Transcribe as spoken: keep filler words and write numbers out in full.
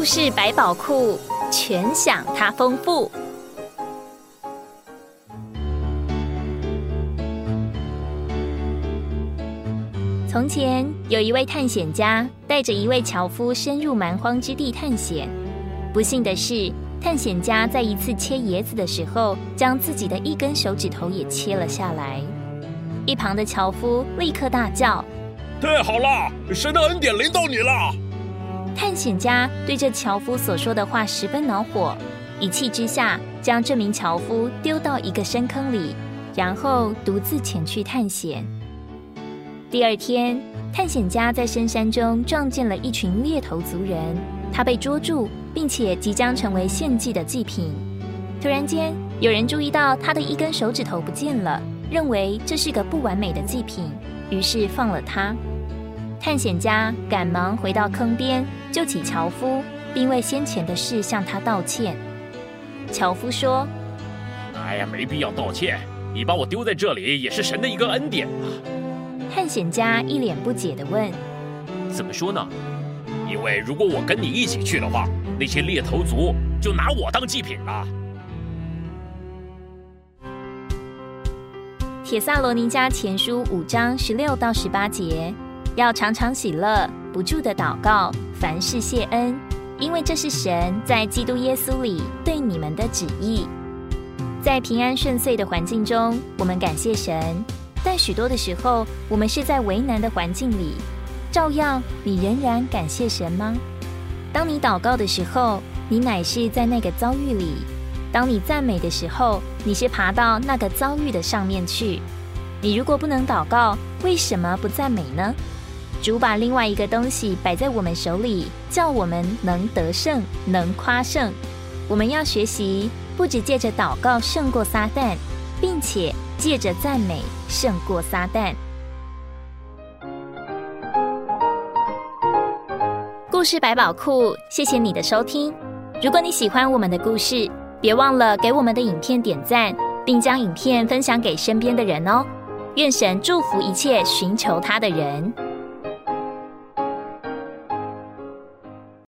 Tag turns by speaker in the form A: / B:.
A: 事百宝库，全享它丰富。从前有一位探险家，带着一位樵夫深入蛮荒之地探险。不幸的是，探险家在一次切椰子的时候，将自己的一根手指头也切了下来。一旁的樵夫立刻大叫：
B: 太好了，神的恩典临到你了！
A: 探险家对这樵夫所说的话十分恼火，一气之下将这名樵夫丢到一个深坑里，然后独自前去探险。第二天，探险家在深山中撞见了一群猎头族人，他被捉住，并且即将成为献祭的祭品。突然间，有人注意到他的一根手指头不见了，认为这是个不完美的祭品，于是放了他。探险家赶忙回到坑边，救起樵夫，并为先前的事向他道歉。樵夫说：
B: 哎呀，没必要道歉，你把我丢在这里也是神的一个恩典啊。
A: 探险家一脸不解地问：
B: 怎么说呢？因为如果我跟你一起去的话，那些猎头族就拿我当祭品了。
A: 帖撒罗尼迦前书五章十六到十八节，要常常喜乐，不住的祷告，凡事谢恩，因为这是神在基督耶稣里对你们的旨意。在平安顺遂的环境中，我们感谢神，但许多的时候，我们是在为难的环境里，照样你仍然感谢神吗？当你祷告的时候，你乃是在那个遭遇里；当你赞美的时候，你是爬到那个遭遇的上面去。你如果不能祷告，为什么不赞美呢？主把另外一个东西摆在我们手里，叫我们能得胜，能夸胜。我们要学习，不只借着祷告胜过撒旦，并且借着赞美胜过撒旦。故事百宝库，谢谢你的收听。如果你喜欢我们的故事，别忘了给我们的影片点赞，并将影片分享给身边的人哦。愿神祝福一切寻求他的人。